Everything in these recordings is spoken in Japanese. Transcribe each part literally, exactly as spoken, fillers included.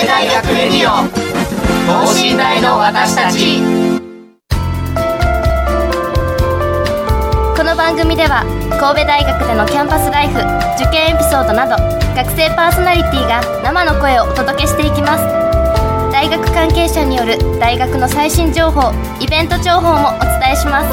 戸大学レディオ等身大の私たち。 この番組では神戸大学でのキャンパスライフ、受験エピソードなど学生パーソナリティが生の声をお届けしていきます。大学関係者による大学の最新情報、イベント情報もお伝えします。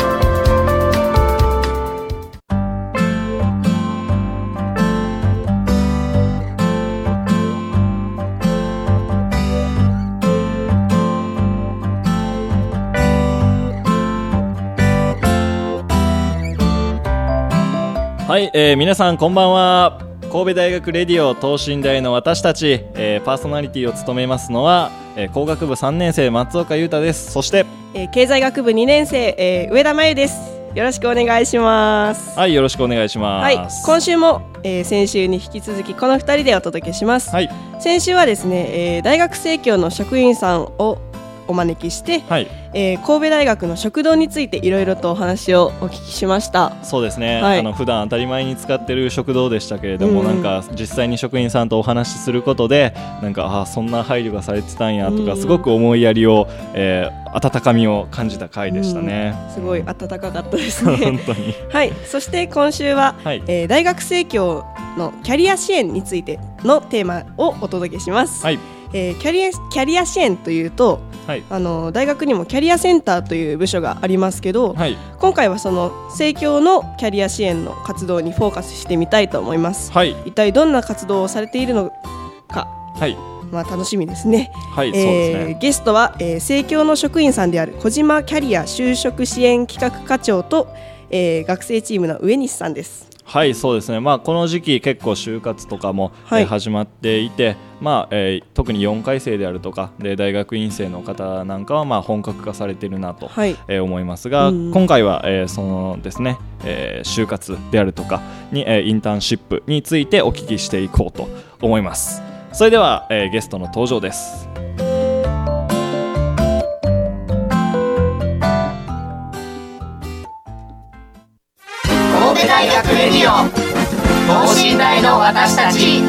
はい、えー、皆さんこんばんは。神戸大学レディオ等身大の私たち、えー、パーソナリティを務めますのは、えー、工学部さんねん生松岡裕太です。そして、 えー、経済学部にねん生、えー、上田真由です。よろしくお願いします。 はい、よろしくお願いします。 はい、今週も、えー、先週に引き続きこのふたりでお届けします。 はい、 先週はですね、えー、大学生協の職員さんをお招きして、はい、えー、神戸大学の食堂についていろいろとお話をお聞きしました。 そうですね、 はい、 あの普段当たり前に使ってる食堂でしたけれども、うん、なんか実際に職員さんとお話しすることでなんかあそんな配慮がされてたんやとか、うん、すごく思いやりを、えー、温かみを感じた回でしたね、 うん、すごい温かかったですね本当に。 はい、そして今週は、はい、えー、大学生協のキャリア支援についてのテーマをお届けします。はい、えー、キャリア、キャリア支援というと、はい、あの大学にもキャリアセンターという部署がありますけど、はい、今回はその生協のキャリア支援の活動にフォーカスしてみたいと思います。はい、一体どんな活動をされているのか、はい、まあ、楽しみですね。はい、えー、そうですね。ゲストは、えー、生協の職員さんである小島キャリア就職支援企画課長と、えー、学生チームの上西さんです。 はい、そうですね、まあ、この時期結構就活とかも、はい、えー、始まっていて、まあえー、特によんかい生であるとかで大学院生の方なんかはまあ本格化されているなと、はい、えー、思いますが、今回は、えー、そのですね、えー、就活であるとかに、えー、インターンシップについてお聞きしていこうと思います。それでは、えー、ゲストの登場です。 神戸大学レディオ等身大の私たち。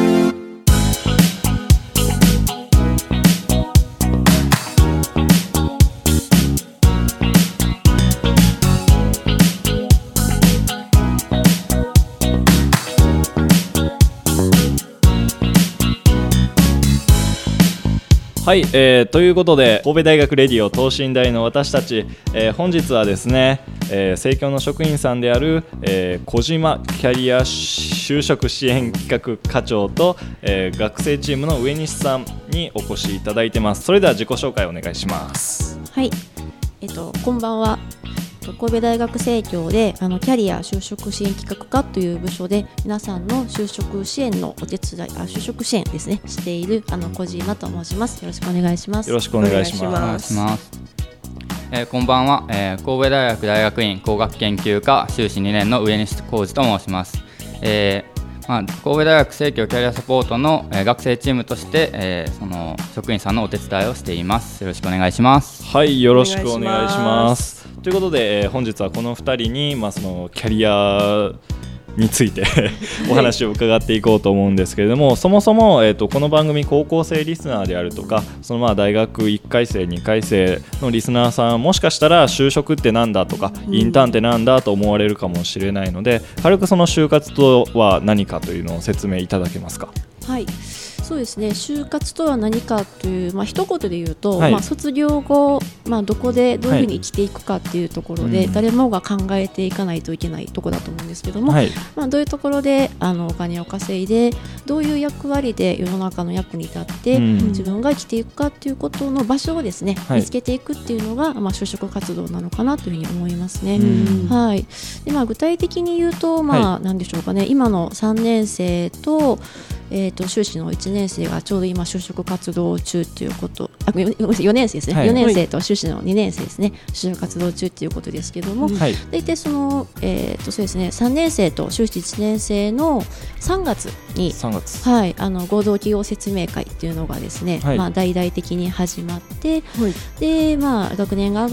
はい、えー、ということで神戸大学レディオ等身大の私たち、えー、本日はですね、えー、生協の職員さんである、えー、小島キャリア就職支援企画課長と、えー、学生チームの上西さんにお越しいただいてます。それでは自己紹介お願いします。 はい、えっと、こんばんは。神戸大学生協であのキャリア就職支援企画課という部署で皆さんの就職支援のお手伝い、あ就職支援ですねしているあの小島と申します。よろしくお願いします。 よろしくお願いします。 えー、こんばんは、えー、神戸大学大学院工学研究科修士にねんの上西浩二と申します。えーまあ、神戸大学生協キャリアサポートの、えー、学生チームとして、えー、その職員さんのお手伝いをしています。よろしくお願いします。 はい、よろしくお願いします。ということで、えー、本日はこのふたりに、まあ、そのキャリアについてお話を伺っていこうと思うんですけれども、そもそも、えーと、この番組高校生リスナーであるとかそのまあ大学いっかい生にかい生のリスナーさんもしかしたら就職ってなんだとか、うん、インターンってなんだと思われるかもしれないので、軽くその就活とは何かというのを説明いただけますか。 はい、そうですね、就活とは何かという、まあ、一言で言うと、はい、まあ、卒業後、まあ、どこでどういうふうに生きていくかっていうところで、はい、誰もが考えていかないといけないところだと思うんですけども、はい、まあ、どういうところであのお金を稼いでどういう役割で世の中の役に立って、うん、自分が生きていくかっていうことの場所をですね、はい、見つけていくっていうのが、まあ、就職活動なのかなというふうに思いますね。うん、はい。で、まあ、具体的に言うと、まあ、はい、なんでしょうかね、今のさんねん生とえー、と修士のいちねん生がちょうど今就職活動中ということあよねん生ですね、はい、よねん生と修士のにねん生ですね、就職活動中ということですけども、はい、大体その、えーとそうですね、さんねん生と修士いちねん生のさんがつにさんがつ、 はい、あの合同企業説明会というのがですね、はい、まあ、大々的に始まって、はい、でまあ、学年が上がって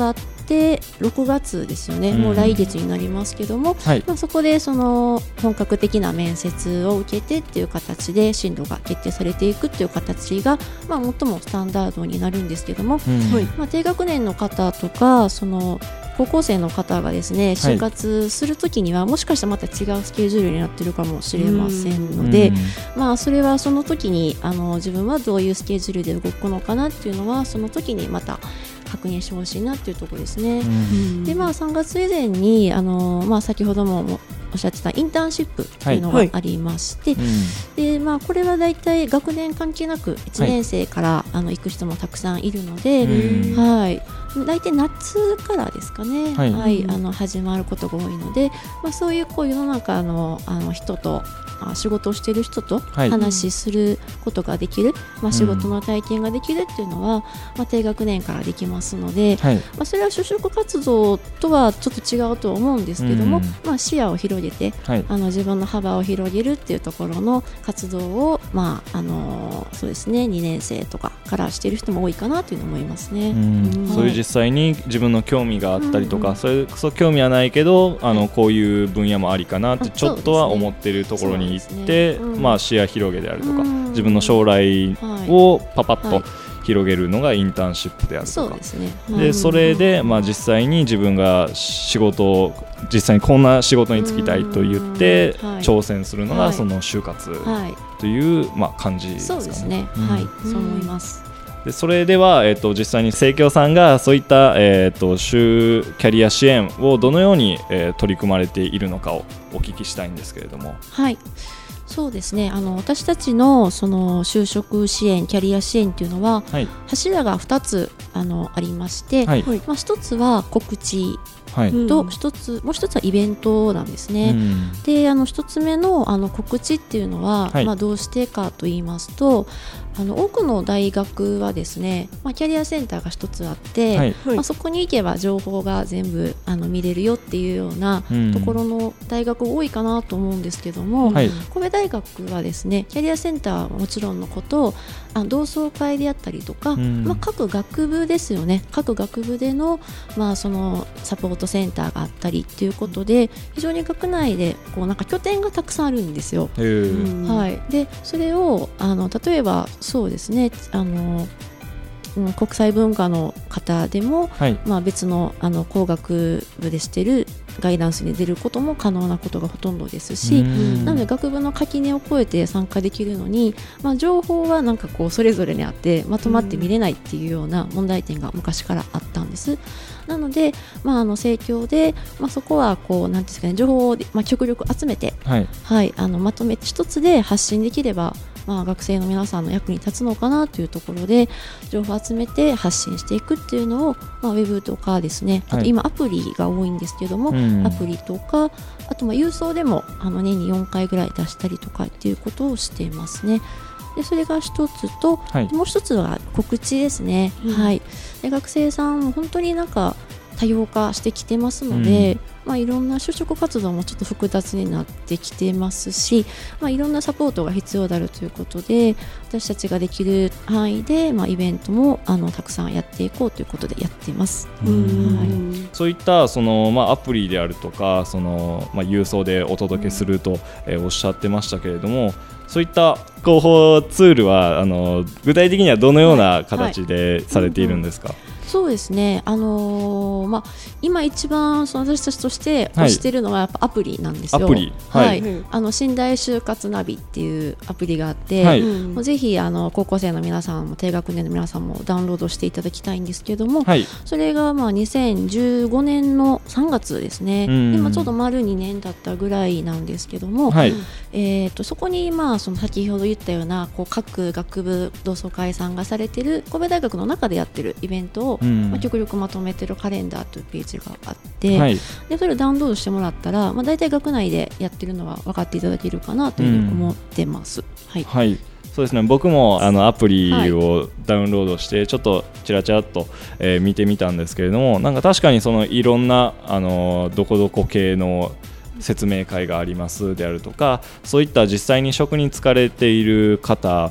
でろくがつですよね、うん、もう来月になりますけども、はい、まあ、そこでその本格的な面接を受けてっていう形で進路が決定されていくっていう形が、まあ、最もスタンダードになるんですけども、うん、まあ、低学年の方とかその高校生の方がですね就活するときには、はい、もしかしたらまた違うスケジュールになっているかもしれませんので、まあ、それはその時にあの自分はどういうスケジュールで動くのかなっていうのはその時にまた確認してほしいなっていうところですね。で、まあ、さんがつ以前にあの、まあ、先ほどもおっしゃってたインターンシップというのがありまして、はいはい、でまあ、これはだいたい学年関係なくいちねん生から、はい、あの行く人もたくさんいるので、はい、大体夏からですかね、はいはい、あの始まることが多いので、まあ、そういう、こう世の中 の, あの人と仕事をしている人と話しすることができる、はい、まあ、仕事の体験ができるっていうのは、まあ、低学年からできますので、はい、まあ、それは就職活動とはちょっと違うと思うんですけども、うん、まあ、視野を広げて、はい、あの自分の幅を広げるっていうところの活動を、まああのー、そうですね、にねん生とかからしている人も多いかなというの思いますね。 うんうん、そういう実際に自分の興味があったりとか、うんうん、それこそ興味はないけどあのこういう分野もありかなってちょっとは思っているところに行って、ね、うん、まあ、視野広げであるとか、うん、自分の将来をパパッと広げるのがインターンシップであるとか、 そうですね、うん、 でそれで、まあ、実際に自分が仕事を実際にこんな仕事に就きたいと言って、うん、はい、挑戦するのがその就活という、はい、まあ、感じですかね。 そうですね、うん、はい、そう思います。 でそれでは、えー、と実際に生協さんがそういった、えー、と就キャリア支援をどのように、えー、取り組まれているのかをお聞きしたいんですけれども。 はい、そうですね、あの私たち の, その就職支援キャリア支援というのは、はい、柱がふたつ あ, のありまして、はい、まあ、ひとつは告知と一つ、もう一つはイベントなんですね。うん、であの一つ目 の, あの告知っていうのは、はい、まあ、どうしてかと言いますと、あの多くの大学はですね、まあ、キャリアセンターが一つあって、はい、まあ、そこに行けば情報が全部あの見れるよっていうようなところの大学多いかなと思うんですけども、はい、神戸大学はですねキャリアセンターはもちろんのことあ同窓会であったりとか、うん、まあ、各学部ですよね、各学部での、まあ、そのサポートセンターがあったりということで非常に学内でこうなんか拠点がたくさんあるんですよ。はい、でそれをあの例えばそうですね、あの国際文化の方でも、はい、まあ、別 の, あの工学部でしているガイダンスに出ることも可能なことがほとんどですし、なので学部の垣根を越えて参加できるのに、まあ、情報はなんかこうそれぞれにあってまとまって見れないっていうような問題点が昔からあったんです。なので、まあ、あの生協で、まあ、そこはこうなんですかね、情報を、まあ、極力集めて、はいはい、あのまとめて一つで発信できれば、まあ、学生の皆さんの役に立つのかなというところで情報を集めて発信していくっていうのを、まあ、ウェブとかですね、あと今アプリが多いんですけども、はい、アプリとかあとまあ郵送でもあの年によんかいぐらい出したりとかっていうことをしていますね。でそれが一つと、はい、もう一つは告知ですね。うん、はい、で学生さんも本当になんか多様化してきてますので、うん、まあ、いろんな就職活動もちょっと複雑になってきてますし、まあ、いろんなサポートが必要であるということで私たちができる範囲で、まあ、イベントもあのたくさんやっていこうということでやっています。うん、 はい、そういったその、まあ、アプリであるとかその、まあ、郵送でお届けすると、うん、えー、おっしゃってましたけれども、そういった広報ツールはあの具体的にはどのような形でされているんですか？はいはい、うんうん、 そうですね、あのーまあ、今一番その私たちとして推しているのはやっぱアプリなんですよ。 アプリ、はいはい、 あの寝台就活ナビっていうアプリがあって、はい、もうぜひあの高校生の皆さんも低学年の皆さんもダウンロードしていただきたいんですけども、はい、それがまあにせんじゅうごねんのさんがつですね。今ちょうど丸にねん経ったぐらいなんですけども、はい、えー、とそこにまあその先ほど言ったようなこう各学部同窓会さんがされている神戸大学の中でやってるイベントを、うん、まあ、極力まとめてるカレンダーというページがあって、はい、でそれをダウンロードしてもらったら、まあ、大体学内でやってるのは分かっていただけるかなというふうに思ってます。うん、はい、はい、 そうですね、僕もあのアプリをダウンロードしてちょっとチラチラっと、えー、見てみたんですけれども、なんか確かにそのいろんなあのどこどこ系の説明会がありますであるとか、そういった実際に職に就かれている方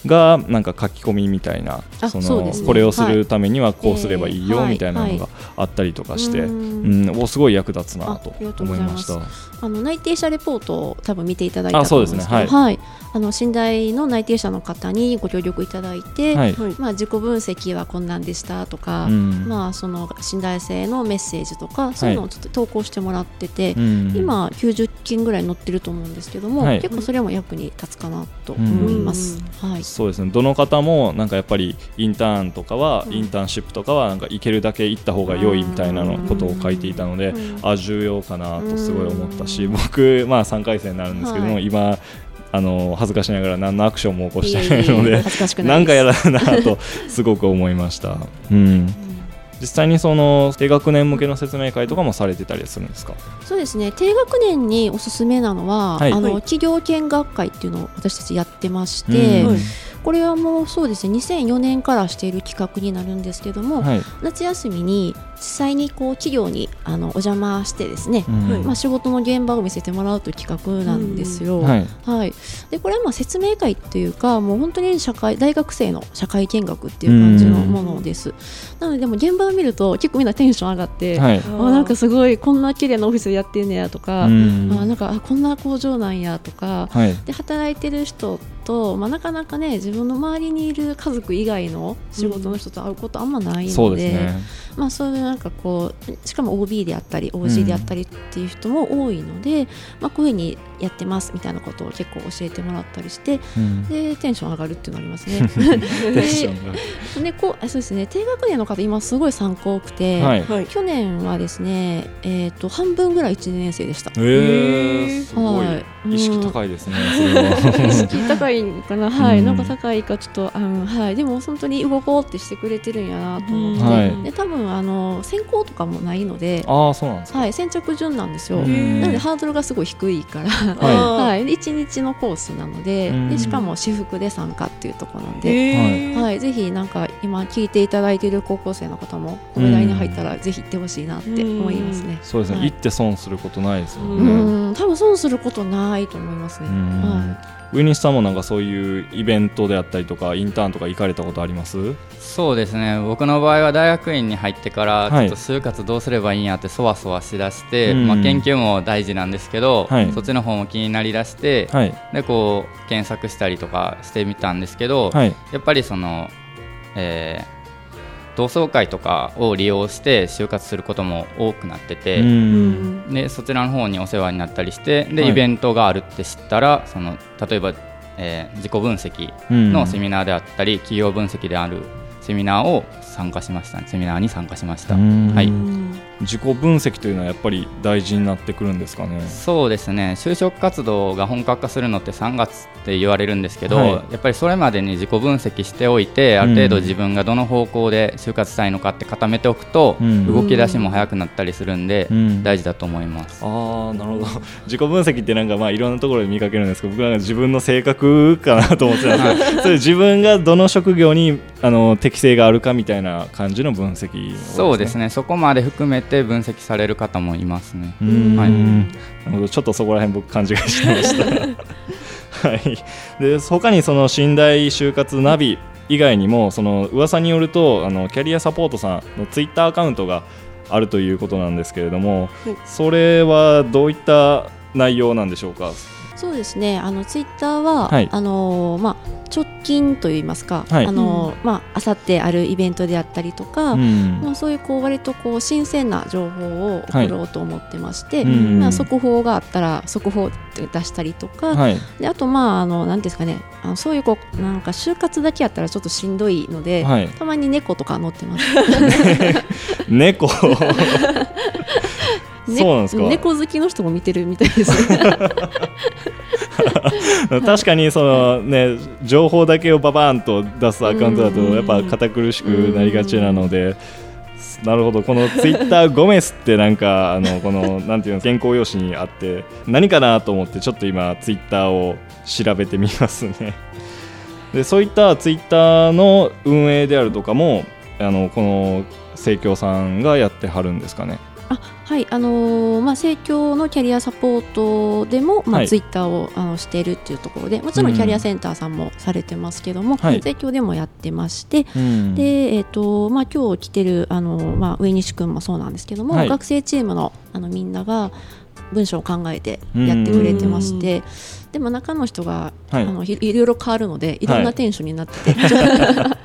がなんか書き込みみたいな、その、ね、これをするためにはこうすればいいよみたいなのがあったりとかして、はいはい、うんうん、すごい役立つなと思いました。 あの内定者レポートを多分見ていただいたと思うんですけど、ね、はいはい、あの信大の内定者の方にご協力いただいて、はい、まあ、自己分析はこんなんでしたとか、うん、まあ、その信大生のメッセージとかそういうのをちょっと投稿してもらってて、はい、今きゅうじゅっけんぐらい載ってると思うんですけども、はい、結構それも役に立つかなと思います、うん、はい、 そうですね。どの方もなんかやっぱりインターンとかは、うん、インターンシップとかはなんか行けるだけ行った方が良いみたいなのことを書いていたので、うん、あ、重要かなとすごい思ったし、僕、まあ、さんかい生になるんですけども、はい、今あの恥ずかしながら何のアクションも起こしてないので、なんかやらなとすごく思いました、うん、実際にその低学年向けの説明会とかもされてたりするんですか？ そうですね、低学年におすすめなのは、はい、あの企業見学会っていうのを私たちやってまして、うん、これはもうそうですね、にせんよねんからしている企画になるんですけども、はい、夏休みに実際にこう企業にあのお邪魔してですね、うん、まあ、仕事の現場を見せてもらうという企画なんですよ、うん、はいはい、でこれはまあ説明会っていうか、もう本当に社会大学生の社会見学っていう感じのものです、うん、なのででも現場を見ると結構みんなテンション上がって、はい、あなんかすごいこんな綺麗なオフィスでやってんねやとか、うん、あなんかあこんな工場なんやとか、はい、で働いてる人と、まあ、なかなかね自分の周りにいる家族以外の仕事の人と会うことあんまないので、うん、そうですね、まあ、そういうなんかこうしかも オービー であったり オージー であったりっていう人も多いので、うん、まあ、こういうふうにやってますみたいなことを結構教えてもらったりして、うん、でテンション上がるっていうのがありますねで, でこうそうですね、低学年の方今すごい参考多くて、はい、去年はですね、えー、と半分ぐらいいちねん生でした。 えー、すごい、はい、意識高いですね、それは意識高いかな、はい、なんか高いかちょっとあの、はい、でも本当に動こうってしてくれてるんやなと思って、はい、で多分あの選考とかもないので、 あ、そうなんですか、 はい、先着順なんですよ。なのでハードルがすごい低いから、はいはい、いちにちのコースなの で, でしかも私服で参加っていうところなんで、はい、ぜひなんか今聞いていただいている高校生の方も神戸大に入ったらぜひ行ってほしいなって思いますね。 そうですね、はい、行って損することないですよね。 うん、多分損することないと思いますね。はい、 上西さんもなんかそういうイベントであったりとかインターンとか行かれたことあります？ そうですね、僕の場合は大学院に入ってからちょっと就活どうすればいいんやってそわそわしだして、はい、まあ、研究も大事なんですけど、はい、そっちの方も気になりだして、はい、でこう検索したりとかしてみたんですけど、はい、やっぱりその、えー、同窓会とかを利用して就活することも多くなってて、でそちらの方にお世話になったりしてで、はい、イベントがあるって知ったらその例えば、えー、自己分析のセミナーであったり企業分析であるセミナーを参加しましたね。セミナーに参加しました。はい、 自己分析というのはやっぱり大事になってくるんですかね？ そうですね、就職活動が本格化するのってさんがつって言われるんですけど、はい、やっぱりそれまでに自己分析しておいてある程度自分がどの方向で就活したいのかって固めておくと、うん、動き出しも早くなったりするんで、うん、大事だと思います。 あー、なるほど。自己分析ってなんかまあいろんなところで見かけるんですけど、僕なんか自分の性格かなと思ってたんですけどそれ自分がどの職業にあの適性があるかみたいな感じの分析、ね、 そうですね、そこまで含めて分析される方もいますね。 うん、はい、なるほど、ちょっとそこら辺僕勘違いしてましたはい、で他にその信大就活ナビ以外にもその噂によるとあのキャリアサポートさんのツイッターアカウントがあるということなんですけれども、はい、それはどういった内容なんでしょうか？ そうですね、あのツイッターは、はい、あのまあ、直近といいますか、はい、あのまあ明後日あるイベントであったりとか、うん、まあ、そういうこう割とこう新鮮な情報を送ろうと思ってまして、はい、まあ、速報があったら速報で出したりとか、はい、であとまああのなんですかね、あのそういうこうなんか就活だけやったらちょっとしんどいので、はい、たまに猫とか載ってます猫ね、そうなんですか。猫好きの人も見てるみたいです確かにその、ね、情報だけをババーンと出すアカウントだとやっぱ堅苦しくなりがちなので、なるほど、このツイッターゴメスってなんかあのこのなんていうの原稿用紙にあって何かなと思ってちょっと今ツイッターを調べてみますね。でそういったツイッターの運営であるとかもあのこの生協さんがやってはるんですかね？ あはい、あのーまあ、生協のキャリアサポートでも、まあ、 はいツイッターをあのしているっていうところで、もちろんキャリアセンターさんもされてますけども、 はい、 生協でもやってまして、 うん、 で、えーとまあ、今日来てるあの、まあ、上西君もそうなんですけども、はい、学生チーム の, あのみんなが文章を考えてやってくれてまして、でも中の人が、はい、あのい, いろいろ変わるのでいろんなテンションになってて、はい、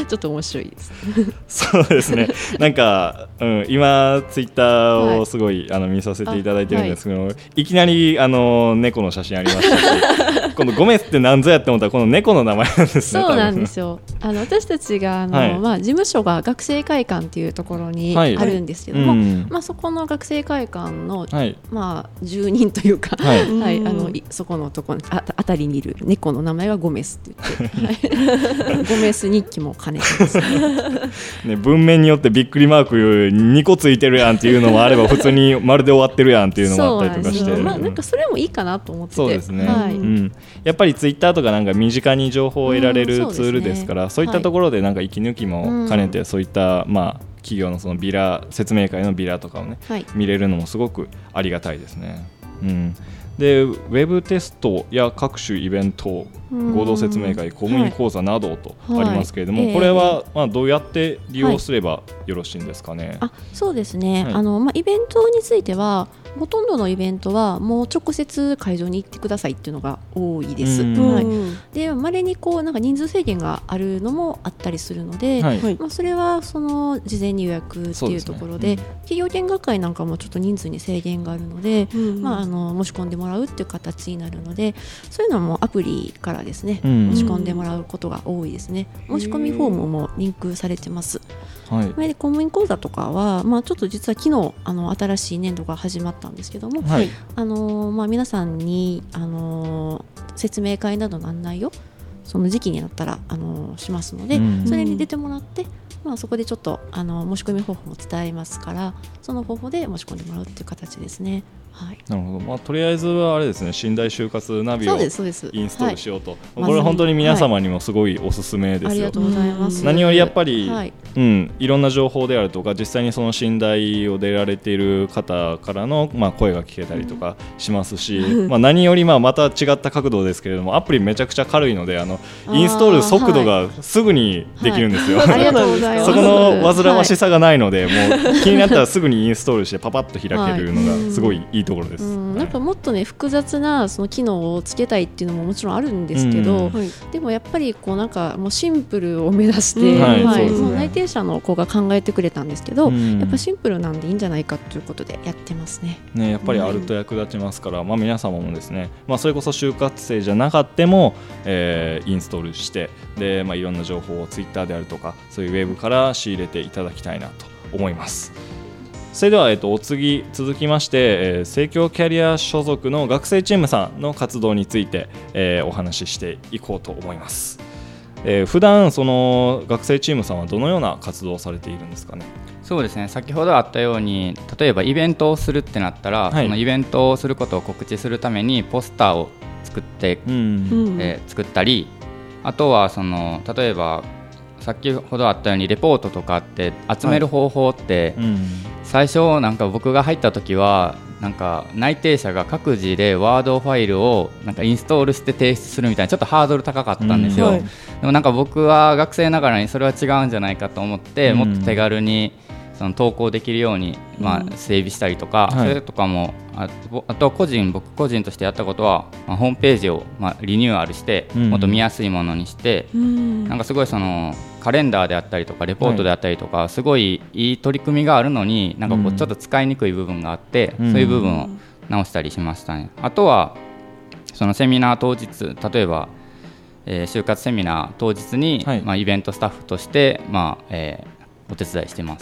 ちょっと面白いですそうですね、なんか、うん、今ツイッターをすごい、はい、あの見させていただいてるんですけど、はい、いきなりあの猫の写真ありましたしこのゴメスって何ぞやって思ったらこの猫の名前なんですね。 そうなんですよ。あの私たちがあの、はいまあ、事務所が学生会館っていうところにあるんですけども、はいうんまあ、そこの学生会館の、はいまあ、住人というか、はいはい、あのそこのとこああたりにいる猫の名前がゴメスって言って、はい、ゴメス日記も兼ねてます、 ね、文面によってびっくりマークにこついてるやんっていうのもあれば普通にまるで終わってるやんっていうのもあったりとかして、 まあ、なんかそれもいいかなと思ってて、 そうですね、はいうん、やっぱりツイッターとかなんか身近に情報を得られるツールですから、うん そうですね、そういったところでなんか息抜きも兼ねて、はい、そういったまあ企業のそのビラ説明会のビラとかをね、はい、見れるのもすごくありがたいですね。うんでウェブテストや各種イベント、合同説明会、公務員講座などとありますけれども、はいはい、これはまあどうやって利用すればよろしいんですかね。 はい、あそうですね、はいあのまあ、イベントについてはほとんどのイベントはもう直接会場に行ってくださいっていうのが多いです。はい、で稀にこうなんか人数制限があるのもあったりするので、はいまあ、それはその事前に予約っていうところ で, で、ねうん、企業見学会なんかもちょっと人数に制限があるので、うんまあ、あの申し込んでもらうっていう形になるので、そういうのもアプリからですね、うん、申し込んでもらうことが多いですね。申し込みフォームもリンクされてます。はい、で公務員講座とかは、まあ、ちょっと実は昨日あの新しい年度が始まったんですけども、はいあのーまあ、皆さんに、あのー、説明会などの案内をその時期になったら、あのー、しますので、うん、それに出てもらって、まあ、そこでちょっとあの申し込み方法も伝えますから、その方法で申し込んでもらうという形ですね。はい、なるほど、 まあ、とりあえずはあれですね、寝台就活ナビをインストールしようと、 はい、 これは本当に皆様にもすごいおすすめですよ。 はい、ありがとうございます。 何よりやっぱり、はいうん、いろんな情報であるとか実際にその寝台を出られている方からの、まあ、声が聞けたりとかしますし、まあ何よりまあまた違った角度ですけれども、アプリめちゃくちゃ軽いので、あのインストール速度がすぐにできるんですよ。 はいはい、ありがとうございます。 そこの煩わしさがないので、はい、もう気になったらすぐにインストールしてパパッと開けるのがすごいいいところです。 はい、なんかもっとね複雑なその機能をつけたいっていうのももちろんあるんですけど、うんはい、でもやっぱりこうなんかもうシンプルを目指して、うんはいはい、その内定者の子が考えてくれたんですけど、うん、やっぱシンプルなんでいいんじゃないかということでやってますね。 ね、やっぱりあると役立ちますから、うんまあ、皆様もですね、まあ、それこそ就活生じゃなかっても、えー、インストールしてで、まあ、いろんな情報をツイッターであるとかそういうウェブから仕入れていただきたいなと思います。それでは、えっと、お次続きまして、えー、生協キャリア所属の学生チームさんの活動について、えー、お話ししていこうと思います。えー、普段その学生チームさんはどのような活動をされているんですかね。 そうですね、先ほどあったように例えばイベントをするってなったら、はい、そのイベントをすることを告知するためにポスターを作って、うんえー、作ったり、あとはその例えば先ほどあったようにレポートとかって集める方法って、はいうん、最初なんか僕が入った時はなんか内定者が各自でワードファイルをなんかインストールして提出するみたいなちょっとハードル高かったんですよ、うんはい、でもなんか僕は学生ながらにそれは違うんじゃないかと思って、うん、もっと手軽にその投稿できるように、まあ、整備したりとか、うん、それとかも あ, あと個人僕個人としてやったことは、まあ、ホームページを、まあ、リニューアルして、うん、もっと見やすいものにして、うん、なんかすごいそのカレンダーであったりとかレポートであったりとか、はい、すごいいい取り組みがあるのになんかこうちょっと使いにくい部分があって、うん、そういう部分を直したりしましたね。あとはそのセミナー当日例えば、えー、就活セミナー当日に、はいまあ、イベントスタッフとして、まあえーお手伝いしてます。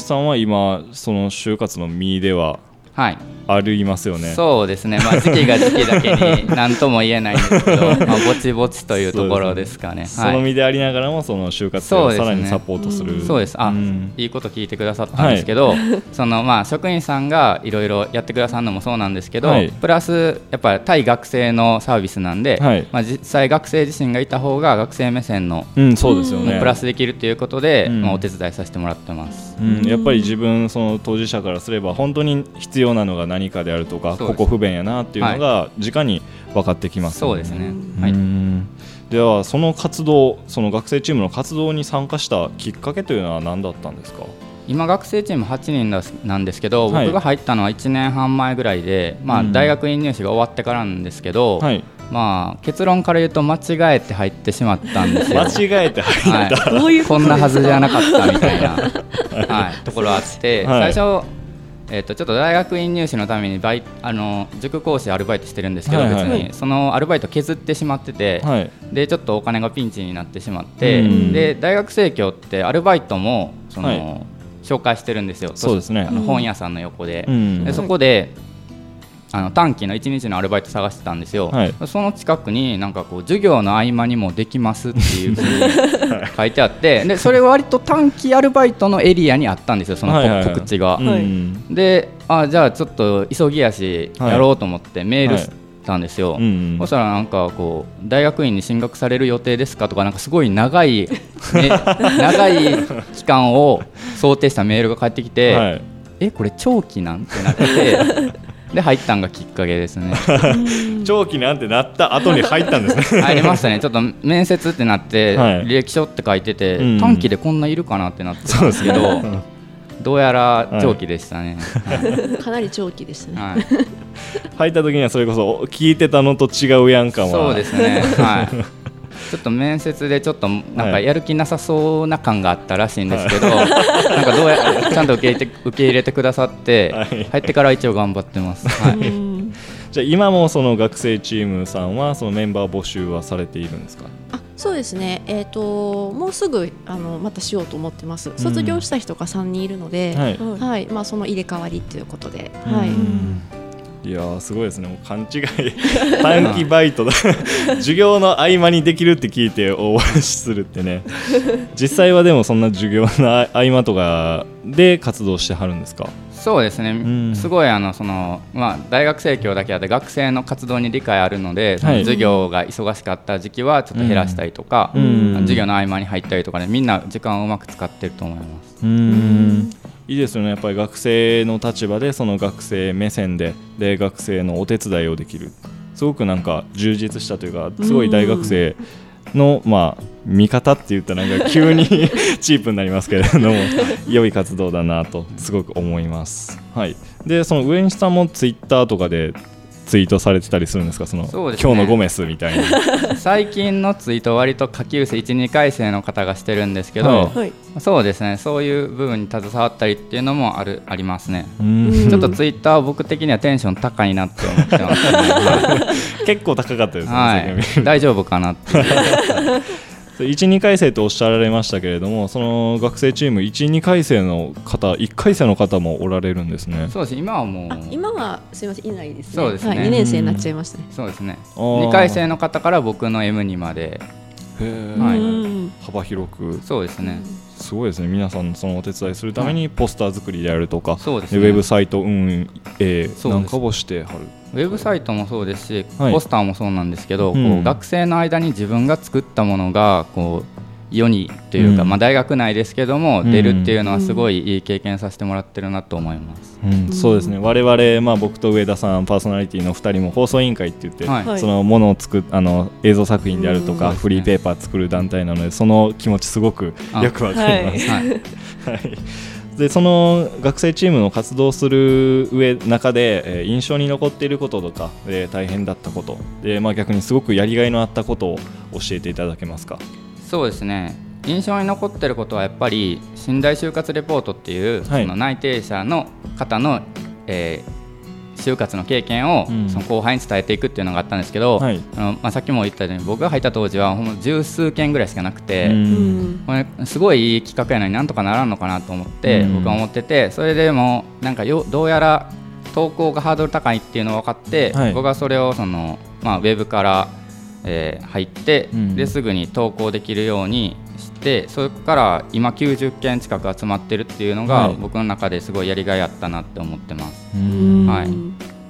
うーん上西さんは今その就活の身でははいありますよね。 そうですね、まあ、時期が時期だけに何とも言えないんですけどまあぼちぼちというところですかね。 その身でありながらもその就活をさらにサポートする。 そうです、あ、うん、いいこと聞いてくださったんですけど、はい、そのまあ職員さんがいろいろやってくださるのもそうなんですけど、はい、プラスやっぱり対学生のサービスなんで、はい、まあ、実際学生自身がいた方が学生目線の、 うん、そうですよね、 プラスできるということで、うん、まあ、お手伝いさせてもらってます、 うん、やっぱり自分その当事者からすれば本当に必要なのが何かであるとか、ここ不便やなっていうのが直に分かってきます、ね、 そうですね、はい、 ではその活動、その学生チームの活動に参加したきっかけというのは何だったんですか？ 今学生チームはちにんなんですけど、はい、僕が入ったのはいちねんはん前ぐらいで、まあ、大学院入試が終わってからなんですけど、はい、まあ、結論から言うと間違えて入ってしまったんですよ。 間違えて入った、 はい、こんなはずじゃなかったみたいな、はい、ところあって、はい、最初えー、とちょっと大学院入試のためにバイあの塾講師アルバイトしてるんですけど、はいはいはい、別にそのアルバイト削ってしまってて、はい、でちょっとお金がピンチになってしまって、で大学生協ってアルバイトもその、はい、紹介してるんですよ。 そうですね、 あの本屋さんの横で、うん、でそこであの短期のいちにちのアルバイト探してたんですよ、はい、その近くになんかこう授業の合間にもできますっていう風に書いてあってでそれ割と短期アルバイトのエリアにあったんですよ、その告知が、はいはいはい、であじゃあちょっと急ぎ足やろうと思ってメールしたんですよ、はいはい、うんうん、そしたらなんかこう大学院に進学される予定ですかとか、なんかすごい長い、ね、長い期間を想定したメールが返ってきて、はい、えこれ長期なんてなってで入ったんがきっかけですね。 長期なんてなった後に入ったんですね。 入りましたね。ちょっと面接ってなって、はい、履歴書って書いてて、うん、短期でこんないるかなってなってたんですけど、どうやら長期でしたね、 はいはい、かなり長期でしたね、はい、 入った時にはそれこそ聞いてたのと違うやん感は。 そうですね、はい、ちょっと面接でちょっとなんかやる気なさそうな感があったらしいんですけど、はい、なんかどうやちゃんと受け入れて、受け入れてくださって、はい、入ってから一応頑張ってます、はい、 じゃあ今もその学生チームさんはそのメンバー募集はされているんですか？ あそうですね、えー、ともうすぐあのまたしようと思ってます。卒業した人がさんにんいるので、はいはい、まあ、その入れ替わりということで、はい、 いやーすごいですね。もう勘違い短期バイトだ授業の合間にできるって聞いて応募するってね。実際はでもそんな授業の合間とかで活動してはるんですか？ そうですね、うん、すごいあのその、まあ、大学生協だけあって学生の活動に理解あるので、その授業が忙しかった時期はちょっと減らしたりとか、うん、授業の合間に入ったりとかで、ね、みんな時間をうまく使ってると思います。 うん、いいですよね。やっぱり学生の立場でその学生目線で、で学生のお手伝いをできる、すごくなんか充実したというか、すごい大学生の、まあ、味方って言ったらなんか急にチープになりますけれども良い活動だなとすごく思います、はい、でその上西さんもツイッターとかでツイートされてたりするんですか？そのそうですね、今日のゴメスみたいな最近のツイート割と下級生いち、にかい生の方がしてるんですけど、はい、そうですね、そういう部分に携わったりっていうのもあるありますね。うんちょっとツイッターは僕的にはテンション高いなって思ってます、 ね、結構高かったですね、 はい、大丈夫かなっていち、にかい生とおっしゃられましたけれども、その学生チームいち、にかい生の方、いっかい生の方もおられるんですね。 そうです、今はもう今はすみませんいないですね。 そうですね、はい、 にねん生になっちゃいましたね。 そうですね、にかい生の方から僕の エムに まで、 へー、はい、幅広く。 そうですね、 すごいですね。皆さんそのお手伝いするためにポスター作りであるとか、 そうですね、 ウェブサイト運営なんかをしてはる。 ウェブサイトもそうですし、はい、ポスターもそうなんですけど、うん、こう学生の間に自分が作ったものがこう世にというか、うんまあ、大学内ですけども、うん、出るっていうのはすごいいい経験させてもらってるなと思います、 うんうん、そうですね。我々、まあ、僕と上田さんパーソナリティのふたりも放送委員会って言って、はい、そのものを作っあの映像作品であるとか、うん、フリーペーパー作る団体なので、その気持ちすごくよくわかります、はいはいでその学生チームの活動する上中で、えー、印象に残っていることとか、えー、大変だったことで、まあ、逆にすごくやりがいのあったことを教えていただけますか？ そうですね、印象に残っていることはやっぱり信大就活レポートっていう、はい、その内定者の方の、えー就活の経験をその後輩に伝えていくっていうのがあったんですけど、はい、あのまあ、さっきも言ったように僕が入った当時はほんま十数件ぐらいしかなくて、これすごいいい企画やのになんとかならんのかなと思って僕は思ってて、それでもなんかよどうやら投稿がハードル高いっていうのが分かって、はい、僕はそれをその、まあ、ウェブから、えー、入って、うん、ですぐに投稿できるようにしてそれから今きゅうじゅっけん近く集まってるっていうのが、はい、僕の中ですごいやりがいあったなって思ってます。はい、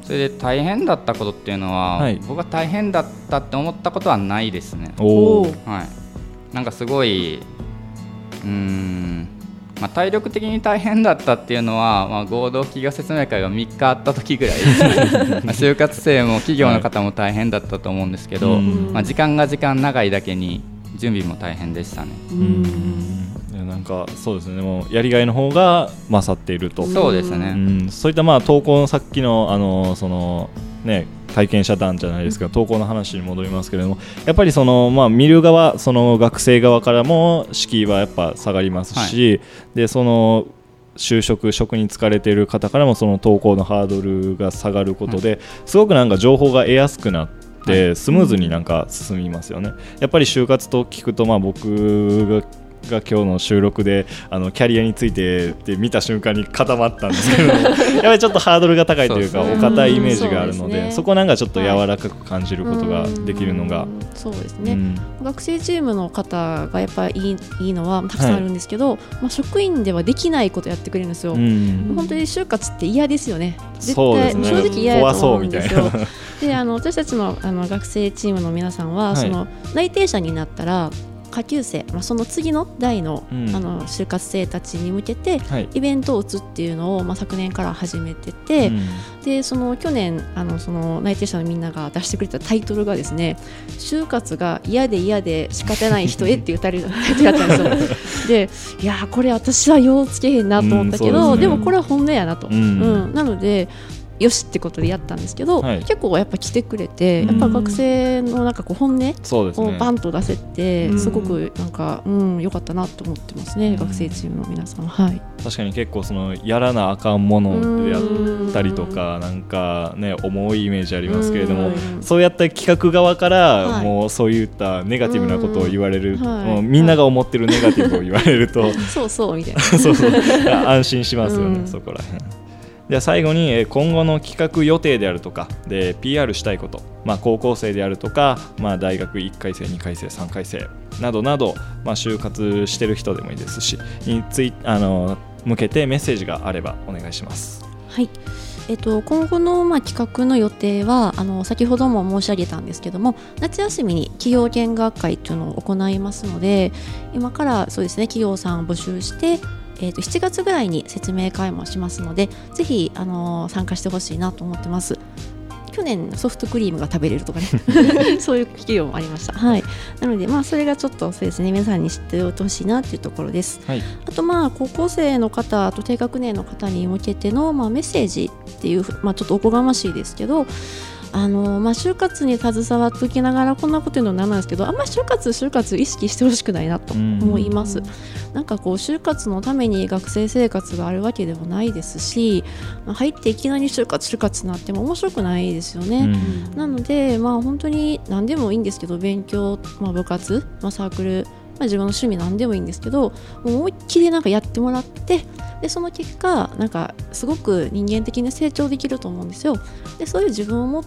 それで大変だったことっていうのは、はい、僕は大変だったって思ったことはないですね。お、はい、なんかすごいうーんまあ、体力的に大変だったっていうのは、まあ、合同企業説明会がみっかあった時ぐらいですね就活生も企業の方も大変だったと思うんですけど、はい、まあ、時間が時間長いだけに準備も大変でしたね。うん、 いやなんかそうですね、もうやりがいの方が勝っていると。 そうですね、 うん、そういったまあ投稿のさっきの、あのそのね体験者団じゃないですか、投稿の話に戻りますけれども、やっぱりその、まあ、見る側、その学生側からも敷居はやっぱ下がりますし、はい、でその就職職に就かれている方からもその投稿のハードルが下がることで、はい、すごくなんか情報が得やすくなってスムーズになんか進みますよね。やっぱり就活と聞くと、まあ僕がが今日の収録であのキャリアについてって見た瞬間に固まったんですけどやっぱりちょっとハードルが高いというかお堅いイメージがあるの で, そ, で、ね、そこなんかちょっと柔らかく感じることができるのが、 そうですね、うん、学生チームの方がやっぱりい い, いいのはたくさんあるんですけど、はい、まあ、職員ではできないことやってくれるんですよ。本当に就活って嫌ですよね。絶対そうですね、正直嫌だと思うんですよ。であの私たち の, あの学生チームの皆さんは、はい、その内定者になったら下級生、まあ、その次の代 の,、うん、あの就活生たちに向けてイベントを打つっていうのを、まあ、昨年から始めてて、うん、でその去年あのその内定者のみんなが出してくれたタイトルがですね、就活が嫌で嫌で仕方ない人へっていうタイトルだったんですよでいやこれ私はようつけへんなと思ったけど、うん で, ね、でもこれは本音やなと、うんうん、なのでよしってことでやったんですけど、はい、結構やっぱ来てくれて、やっぱ学生のなんかこう本音をバンと出せて、ね、すごくなんか、うん、良かったなと思ってますね、学生チームの皆さん。はい、 確かに結構そのやらなあかんものでやったりとかなんかね重いイメージありますけれども、そうやった企画側からもうそういったネガティブなことを言われる、はい、もうみんなが思ってるネガティブを言われると、はい、 そうそうみたいなそうそう安心しますよね、そこら辺。では最後に今後の企画予定であるとかで ピーアール したいこと、まあ、高校生であるとか、まあ、大学いっかい生にかい生さんかい生などなど、まあ、就活してる人でもいいですしについあの向けてメッセージがあればお願いします。 はい、えっと、今後のまあ企画の予定はあの先ほども申し上げたんですけども、夏休みに企業見学会というのを行いますので、今からそうですね企業さんを募集してえー、としちがつぐらいに説明会もしますので、ぜひ、あのー、参加してほしいなと思ってます。去年ソフトクリームが食べれるとかねそういう企業もありました。はい、なので、まあ、それがちょっとそうですね、皆さんに知っておいてほしいなというところです。はい、あと、まあ、高校生の方、あと低学年の方に向けての、まあ、メッセージっていう、まあ、ちょっとおこがましいですけど、あのまあ、就活に携わっておきながらこんなこと言うのなんなんですけど、あんまり就活就活意識してほしくないなと思います。なんかこう就活のために学生生活があるわけでもないですし、入っていきなり就活就活になっても面白くないですよね。なので、まあ、本当に何でもいいんですけど、勉強、まあ、部活、まあ、サークル、まあ、自分の趣味何でもいいんですけど、もう思いっきりなんかやってもらって、でその結果なんかすごく人間的に成長できると思うんですよ。でそういう自分を持って、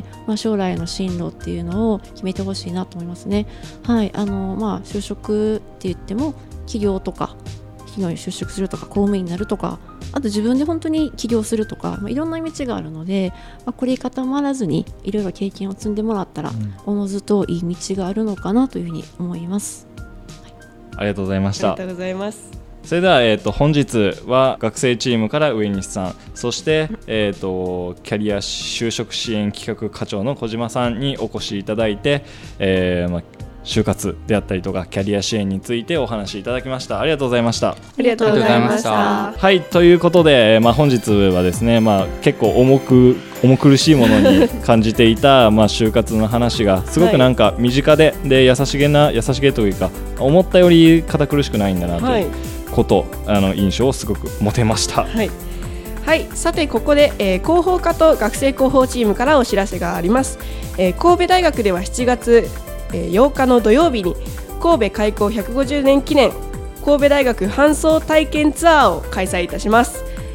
まあ、将来の進路っていうのを決めてほしいなと思いますね。はい、あのまあ、就職って言っても企業とか企業に就職するとか公務員になるとか、あと自分で本当に起業するとか、まあ、いろんな道があるので、まあ、これ固まらずにいろいろ経験を積んでもらったら、うん、おのずといい道があるのかなというふうに思います。 はい、ありがとうございました。 ありがとうございます。 それでは、えー、と本日は学生チームから上西さん、そして、えー、とキャリア就職支援企画課長の小島さんにお越しいただいて、えーまあ、就活であったりとかキャリア支援についてお話しいただきました。ありがとうございました。 ありがとうございました。 はい、ということで、まあ、本日はですね、まあ、結構重く重苦しいものに感じていたまあ就活の話がすごくなんか身近で、はい、で優しげな優しげというか思ったより堅苦しくないんだなということ、はい、あの印象をすごく持てました。 はいはい、さてここで、えー、広報課と学生広報チームからお知らせがあります。えー、神戸大学ではしちがつようかの土曜日に神戸開校ひゃくごじゅうねん記念神戸大学搬送体験ツアーを開催いたします。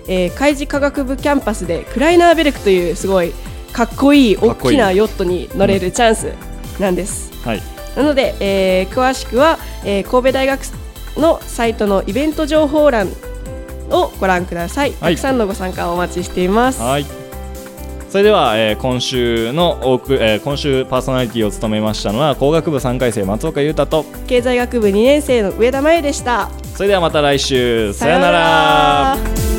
えー、海事科学部キャンパスでクライナーベルクというすごいかっこいい大きなヨットに乗れるチャンスなんです、うんはい、なので、えー、詳しくは、えー、神戸大学のサイトのイベント情報欄をご覧ください、はい、たくさんのご参加をお待ちしています。 はい、それでは、えー、今週の多く、えー、今週パーソナリティを務めましたのは工学部さんかい生松岡裕太と経済学部にねん生の上田真由でした。 それではまた来週、さよなら。